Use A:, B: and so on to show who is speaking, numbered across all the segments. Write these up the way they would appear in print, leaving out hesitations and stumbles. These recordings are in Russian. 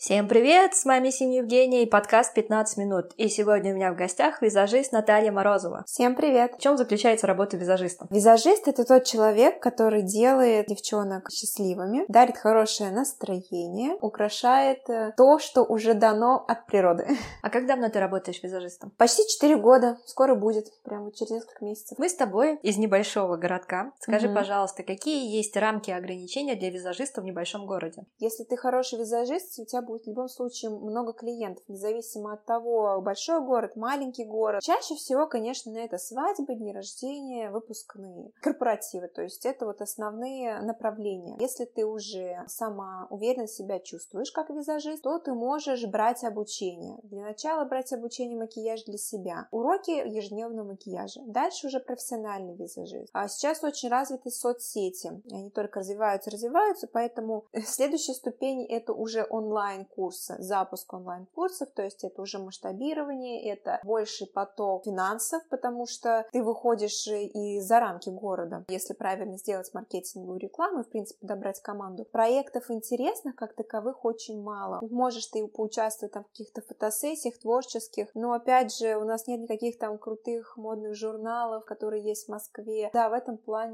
A: Всем привет, с вами Синь Евгения и подкаст «15 минут». И сегодня у меня в гостях визажист Наталья Морозова.
B: Всем привет!
A: В чем заключается работа визажиста?
B: Визажист — это тот человек, который делает девчонок счастливыми, дарит хорошее настроение, украшает то, что уже дано от природы.
A: А как давно ты работаешь визажистом?
B: Почти 4 года, скоро будет, прямо через несколько месяцев.
A: Мы с тобой из небольшого городка. Скажи, пожалуйста, какие есть рамки и ограничения для визажиста в небольшом городе?
B: Если ты хороший визажист, у тебя будет в любом случае много клиентов, независимо от того, большой город, маленький город. Чаще всего, конечно, на это свадьбы, дни рождения, выпускные, корпоративы, то есть это вот основные направления. Если ты уже сама уверенно себя чувствуешь как визажист, то ты можешь брать обучение. Для начала брать обучение макияж для себя, уроки ежедневного макияжа. Дальше уже профессиональный визажист. А сейчас очень развиты соцсети, они только развиваются, поэтому следующая ступень — это уже онлайн-курсы, запуск онлайн-курсов, то есть это уже масштабирование, это больший поток финансов, потому что ты выходишь и за рамки города. Если правильно сделать маркетинговую рекламу и, в принципе, добрать команду. Проектов интересных, как таковых, очень мало. Можешь ты поучаствовать там в каких-то фотосессиях творческих, но, опять же, у нас нет никаких там крутых модных журналов, которые есть в Москве. Да, в этом плане,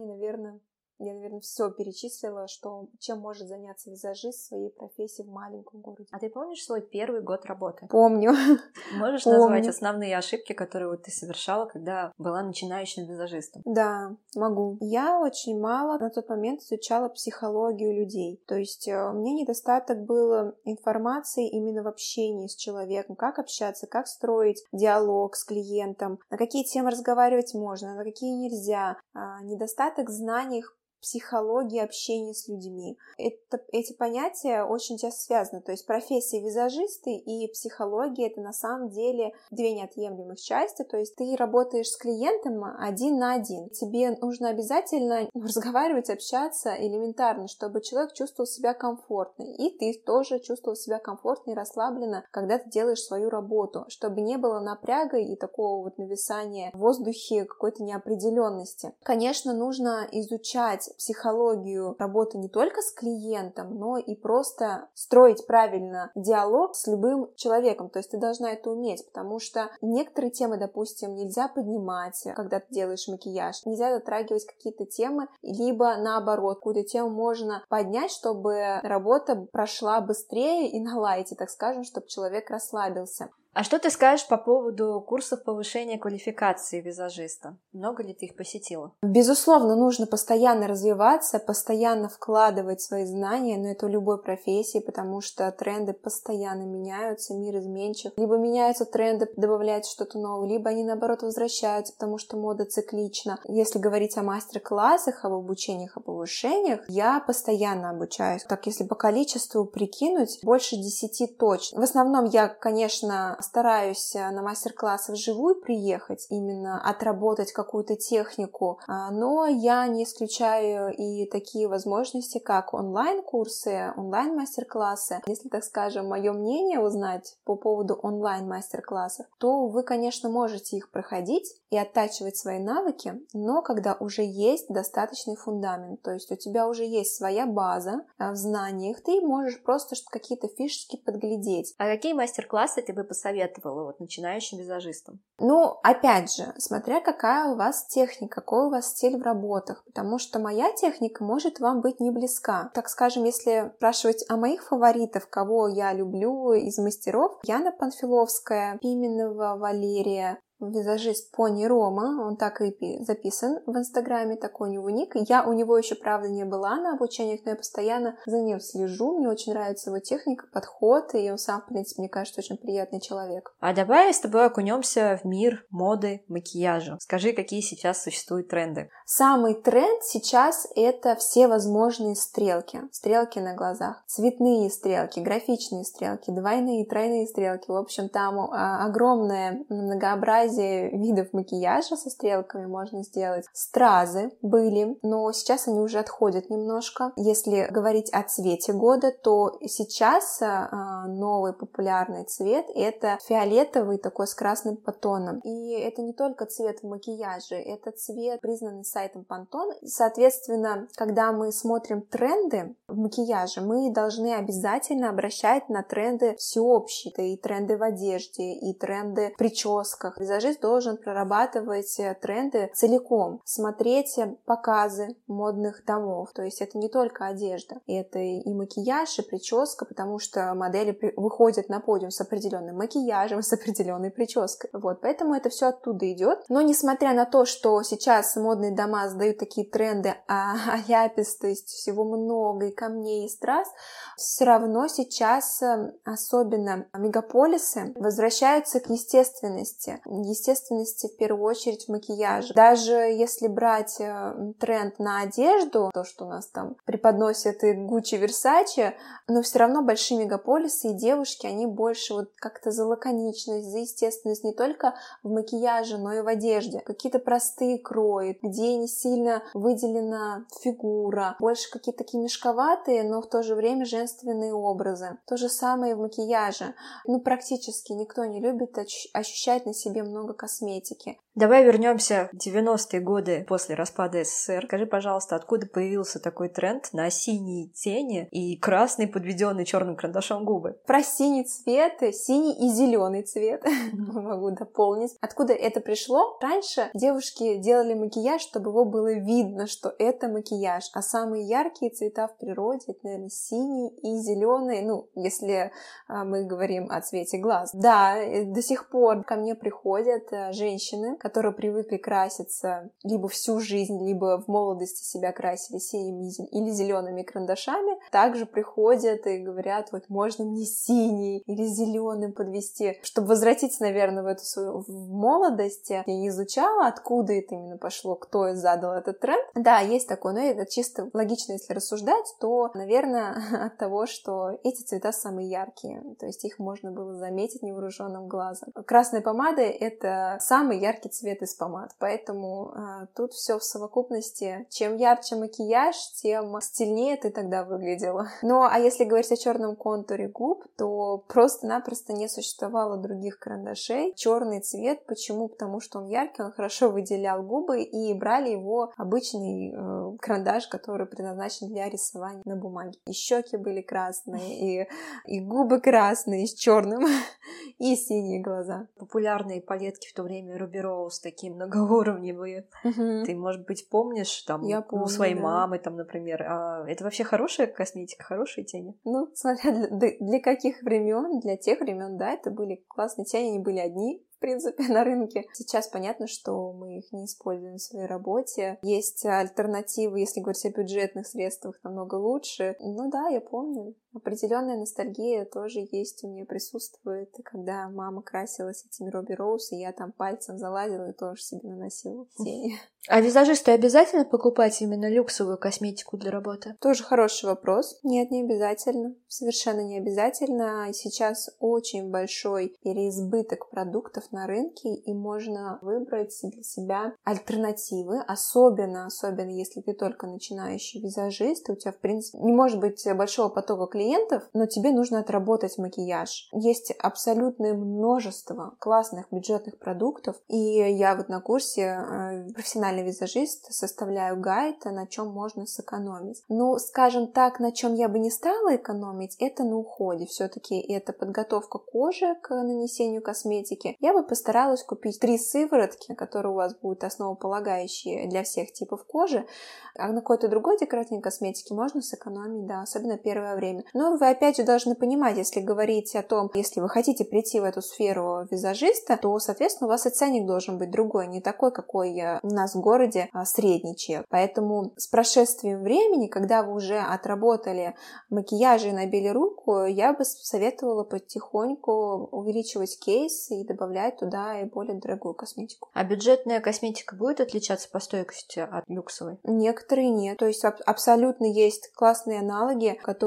B: я, наверное, все перечислила, чем может заняться визажист в своей профессии в маленьком городе.
A: А ты помнишь свой первый год работы?
B: Помню.
A: Можешь назвать основные ошибки, которые вот ты совершала, когда была начинающим визажистом?
B: Да, могу. Я очень мало на тот момент изучала психологию людей. То есть мне недостаток было информации именно в общении с человеком, как общаться, как строить диалог с клиентом, на какие темы разговаривать можно, на какие нельзя. Недостаток знаний психологии общения с людьми. Эти понятия очень часто связаны. То есть профессия визажиста и психология — это на самом деле две неотъемлемых части. То есть ты работаешь с клиентом один на один. Тебе нужно обязательно разговаривать, общаться элементарно, чтобы человек чувствовал себя комфортно. И ты тоже чувствовал себя комфортно и расслабленно, когда ты делаешь свою работу, чтобы не было напряга и такого вот нависания в воздухе, какой-то неопределенности. Конечно, нужно изучать психологию работы не только с клиентом, но и просто строить правильно диалог с любым человеком. То есть ты должна это уметь, потому что некоторые темы, допустим, нельзя поднимать, когда ты делаешь макияж. Нельзя затрагивать какие-то темы, либо наоборот, какую-то тему можно поднять, чтобы работа прошла быстрее и на лайте, так скажем, чтобы человек расслабился.
A: А что ты скажешь по поводу курсов повышения квалификации визажиста? Много ли ты их посетила?
B: Безусловно, нужно постоянно развиваться, постоянно вкладывать свои знания, но это в любой профессии, потому что тренды постоянно меняются, мир изменчив. Либо меняются тренды, добавляется что-то новое, либо они, наоборот, возвращаются, потому что мода циклична. Если говорить о мастер-классах, об обучениях, о повышениях, я постоянно обучаюсь. Так, если по количеству прикинуть, больше 10 точно. В основном я, конечно, стараюсь на мастер-классы вживую приехать, именно отработать какую-то технику, но я не исключаю и такие возможности, как онлайн-курсы, онлайн-мастер-классы. Если, так скажем, мое мнение узнать по поводу онлайн-мастер-классов, то вы, конечно, можете их проходить и оттачивать свои навыки, но когда уже есть достаточный фундамент, то есть у тебя уже есть своя база в знаниях, ты можешь просто какие-то фишечки подглядеть.
A: А какие мастер-классы ты бы посоветовала начинающим визажистам?
B: Ну, опять же, смотря какая у вас техника, какой у вас стиль в работах, потому что моя техника может вам быть не близка. Так скажем, если спрашивать о моих фаворитах, кого я люблю из мастеров, Яна Панфиловская, Пименова Валерия, визажист Пони Рома, он так и записан в Инстаграме, такой у него ник. Я у него еще, правда, не была на обучениях, но я постоянно за ним слежу, мне очень нравится его техника, подход, и он сам, в принципе, мне кажется, очень приятный человек.
A: А давай с тобой окунемся в мир моды, макияжа. Скажи, какие сейчас существуют тренды?
B: Самый тренд сейчас — это все возможные стрелки. Стрелки на глазах. Цветные стрелки, графичные стрелки, двойные, тройные стрелки. В общем, там огромное многообразие разнообразие видов макияжа со стрелками можно сделать. Стразы были, но сейчас они уже отходят немножко. Если говорить о цвете года, то сейчас новый популярный цвет — это фиолетовый, такой с красным подтоном. И это не только цвет в макияже, это цвет, признанный сайтом Pantone. Соответственно, когда мы смотрим тренды в макияже, мы должны обязательно обращать на тренды всеобщие, и тренды в одежде, и тренды в прическах. Визажист должен прорабатывать тренды целиком, смотреть показы модных домов. То есть это не только одежда, это и макияж, и прическа, потому что модели выходят на подиум с определенным макияжем, с определенной прической. Вот, поэтому это все оттуда идет. Но несмотря на то, что сейчас модные дома сдают такие тренды аляпистость, всего много, и камней, и страз, все равно сейчас, особенно мегаполисы, возвращаются к естественности. Естественности в первую очередь в макияже. Даже если брать тренд на одежду, то, что у нас там преподносят и Gucci, Versace, но все равно большие мегаполисы и девушки, они больше вот как-то за лаконичность, за естественность не только в макияже, но и в одежде. Какие-то простые крои, где не сильно выделена фигура, больше какие-то такие мешковатые, но в то же время женственные образы. То же самое и в макияже. Практически никто не любит ощущать на себе много косметики.
A: Давай вернемся в 90-е годы после распада СССР. Скажи, пожалуйста, откуда появился такой тренд на синие тени и красный, подведенный черным карандашом губы?
B: Про синий цвет, синий и зеленый цвет могу дополнить. Откуда это пришло? Раньше девушки делали макияж, чтобы его было видно, что это макияж. А самые яркие цвета в природе — это, наверное, синий и зеленый. Если мы говорим о цвете глаз. Да, до сих пор ко мне приходят женщины, которые привыкли краситься либо всю жизнь, либо в молодости себя красили синими или зелеными карандашами, также приходят и говорят: вот можно мне синий или зеленым подвести, чтобы возвратиться, наверное, в эту свою молодость. Я не изучала, откуда это именно пошло, кто задал этот тренд. Да, есть такое, но это чисто логично, если рассуждать, то, наверное, от того, что эти цвета самые яркие, то есть их можно было заметить невооруженным глазом. Красная помада — это самый яркий цвет из помад, поэтому тут все в совокупности. Чем ярче макияж, тем стильнее ты тогда выглядела. А если говорить о черном контуре губ, то просто-напросто не существовало других карандашей. Черный цвет, почему? Потому что он яркий, он хорошо выделял губы, и брали его обычный карандаш, который предназначен для рисования на бумаге. И щеки были красные, и губы красные, с черным, и синие глаза.
A: Популярные палетки в то время Ruby Rose, такие многоуровневые. Ты, может быть, помнишь там у своей мамы, там, например. Это вообще хорошая косметика, хорошие тени?
B: Смотря для каких времен, для тех времен, да, это были классные тени, они были одни, в принципе, на рынке. Сейчас понятно, что мы их не используем в своей работе. Есть альтернативы, если говорить о бюджетных средствах, намного лучше. Да, я помню. Определенная ностальгия тоже есть у меня, присутствует. Когда мама красилась этими Ruby Rose, и я там пальцем залазила и тоже себе наносила тени.
A: А визажисту обязательно покупать именно люксовую косметику для работы?
B: Тоже хороший вопрос. Нет, не обязательно. Совершенно не обязательно. Сейчас очень большой переизбыток продуктов на рынке, и можно выбрать для себя альтернативы, особенно если ты только начинающий визажист, и у тебя, в принципе, не может быть большого потока клиентов, но тебе нужно отработать макияж. Есть абсолютное множество классных бюджетных продуктов, и я на курсе профессиональный визажист составляю гайд, на чем можно сэкономить. Скажем так, на чем я бы не стала экономить, это на уходе. Все-таки это подготовка кожи к нанесению косметики. Я бы постаралась купить 3 сыворотки, которые у вас будут основополагающие для всех типов кожи, а на какой-то другой декоративной косметике можно сэкономить, да, особенно первое время. Но вы опять же должны понимать, если говорить о том, если вы хотите прийти в эту сферу визажиста, то, соответственно, у вас и ценник должен быть другой, не такой, какой у нас в городе средний чек. Поэтому с прошествием времени, когда вы уже отработали макияж и набили руку, я бы советовала потихоньку увеличивать кейс и добавлять туда и более дорогую косметику.
A: А бюджетная косметика будет отличаться по стойкости от люксовой?
B: Некоторые нет. То есть абсолютно есть классные аналоги, которые стоят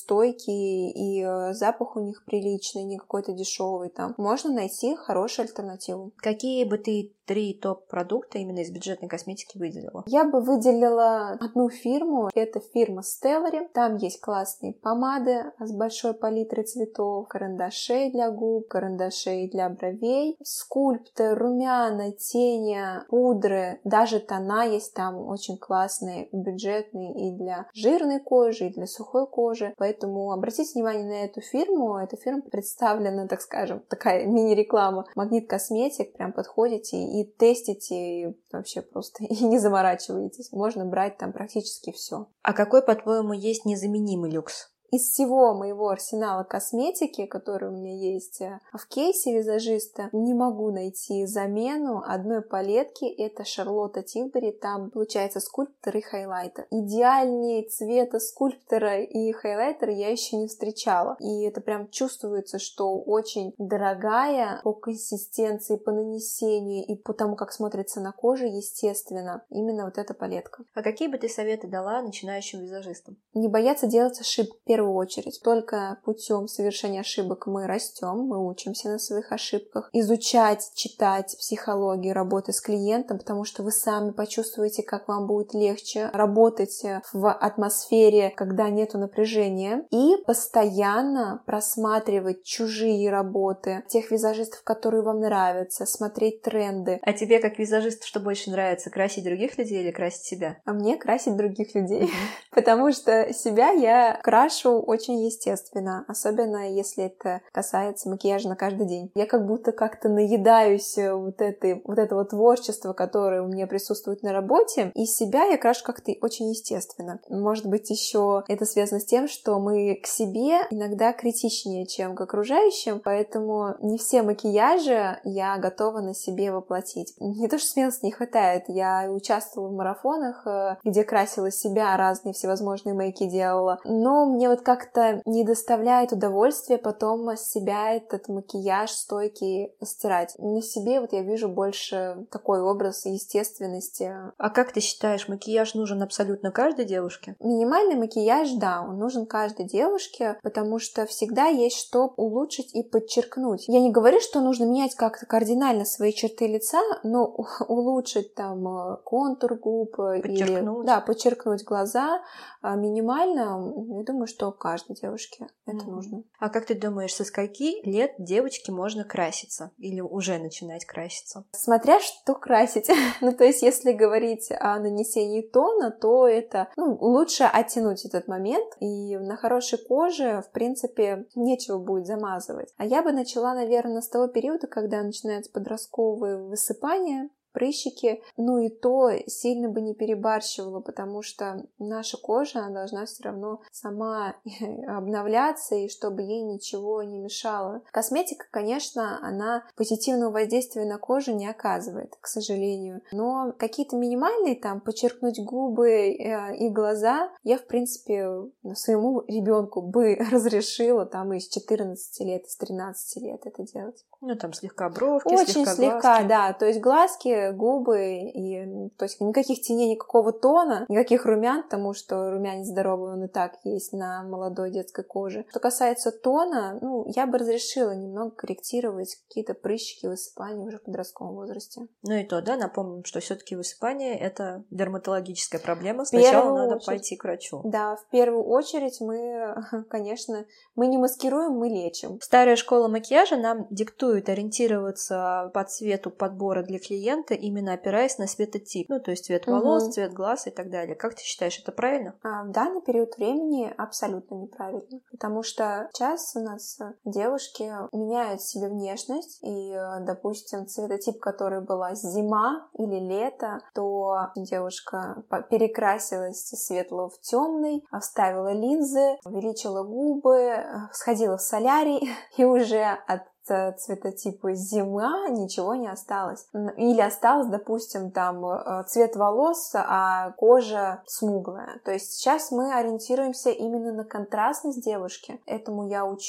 B: стойкий, и запах у них приличный, не какой-то дешевый там. Можно найти хорошую альтернативу.
A: Какие бы ты 3 топ-продукта именно из бюджетной косметики выделила?
B: Я бы выделила одну фирму. Это фирма Stellary. Там есть классные помады с большой палитрой цветов, карандашей для губ, карандашей для бровей, скульптор, румяна, тени, пудры, даже тона есть там очень классные, бюджетные и для жирной кожи, и для сухой кожи. Поэтому обратите внимание на эту фирму. Эта фирма представлена, так скажем, такая мини-реклама. Магнит Косметик. Прям подходите и тестите, и вообще просто и не заморачиваетесь. Можно брать там практически все.
A: А какой, по-твоему, есть незаменимый люкс?
B: Из всего моего арсенала косметики, который у меня есть в кейсе визажиста, не могу найти замену одной палетки. Это Шарлотта Тилбери. Там получается скульптор и хайлайтер. Идеальнее цвета скульптора и хайлайтера я еще не встречала. И это прям чувствуется, что очень дорогая по консистенции, по нанесению и по тому, как смотрится на коже, естественно, именно вот эта палетка.
A: А какие бы ты советы дала начинающим визажистам?
B: Не бояться делать ошибок. В первую очередь. Только путем совершения ошибок мы растем, мы учимся на своих ошибках. Изучать, читать психологию работы с клиентом, потому что вы сами почувствуете, как вам будет легче работать в атмосфере, когда нету напряжения. И постоянно просматривать чужие работы, тех визажистов, которые вам нравятся, смотреть тренды.
A: А тебе, как визажисту, что больше нравится, красить других людей или красить себя?
B: А мне красить других людей, потому что себя я крашу очень естественно, особенно если это касается макияжа на каждый день. Я как-то наедаюсь вот этого творчества, которое у меня присутствует на работе, и себя я крашу как-то очень естественно. Может быть, еще это связано с тем, что мы к себе иногда критичнее, чем к окружающим, поэтому не все макияжи я готова на себе воплотить. Не то, что смелости не хватает, я участвовала в марафонах, где красила себя, разные всевозможные мейки делала, но мне вот как-то не доставляет удовольствия потом с себя этот макияж стойкий стирать. На себе вот я вижу больше такой образ естественности.
A: А как ты считаешь, макияж нужен абсолютно каждой девушке?
B: Минимальный макияж, да, он нужен каждой девушке, потому что всегда есть что улучшить и подчеркнуть. Я не говорю, что нужно менять как-то кардинально свои черты лица, но улучшить там контур губ или подчеркнуть глаза минимально, я думаю, что каждой девушке это нужно.
A: А как ты думаешь, со скольки лет девочке можно краситься или уже начинать краситься?
B: Смотря что красить. Ну, то есть, если говорить о нанесении тона, то это лучше оттянуть этот момент, и на хорошей коже, в принципе, нечего будет замазывать. А я бы начала, наверное, с того периода, когда начинается подростковое высыпание, прыщики, и то сильно бы не перебарщивала, потому что наша кожа, она должна все равно сама обновляться, и чтобы ей ничего не мешало. Косметика, конечно, она позитивного воздействия на кожу не оказывает, к сожалению, но какие-то минимальные, там, подчеркнуть губы и глаза, я, в принципе, своему ребенку бы разрешила, там, из 14 лет, из 13 лет это делать.
A: Там слегка бровки,
B: очень слегка,
A: глазки.
B: Да, то есть глазки, губы, и то есть никаких теней, никакого тона, никаких румян, потому что румянец здоровый, он и так есть на молодой детской коже. Что касается тона, я бы разрешила немного корректировать какие-то прыщики, высыпания уже в подростковом возрасте.
A: И то, да, напомним, что все-таки высыпание — это дерматологическая проблема. Сначала надо пойти к врачу.
B: Да, в первую очередь мы, конечно, мы не маскируем, мы лечим.
A: Старая школа макияжа нам диктует ориентироваться по цвету подбора для клиента, именно опираясь на светотип. То есть цвет волос, цвет глаз и так далее. Как ты считаешь, это правильно?
B: В данный период времени абсолютно неправильно. Потому что сейчас у нас девушки меняют себе внешность, и, допустим, цветотип, который была зима или лето, то девушка перекрасилась с светлого в темный, вставила линзы, увеличила губы, сходила в солярий, и уже от цветотипа зима ничего не осталось. Или осталось, допустим, там цвет волос, а кожа смуглая. То есть сейчас мы ориентируемся именно на контрастность девушки. Этому я учу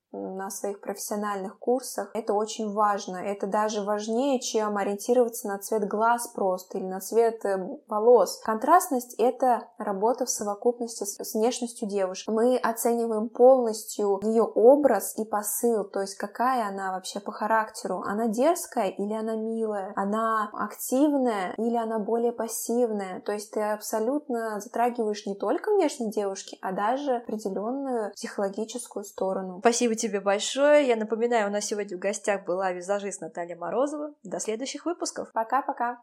B: на своих профессиональных курсах. Это очень важно. Это даже важнее, чем ориентироваться на цвет глаз просто или на цвет волос. Контрастность — это работа в совокупности с внешностью девушки. Мы оцениваем полностью ее образ и посыл, то есть какая она вообще по характеру. Она дерзкая или она милая? Она активная или она более пассивная? То есть ты абсолютно затрагиваешь не только внешность девушки, а даже определенную психологическую сторону.
A: Спасибо тебе большое. Я напоминаю, у нас сегодня в гостях была визажист Наталья Морозова. До следующих выпусков.
B: Пока-пока.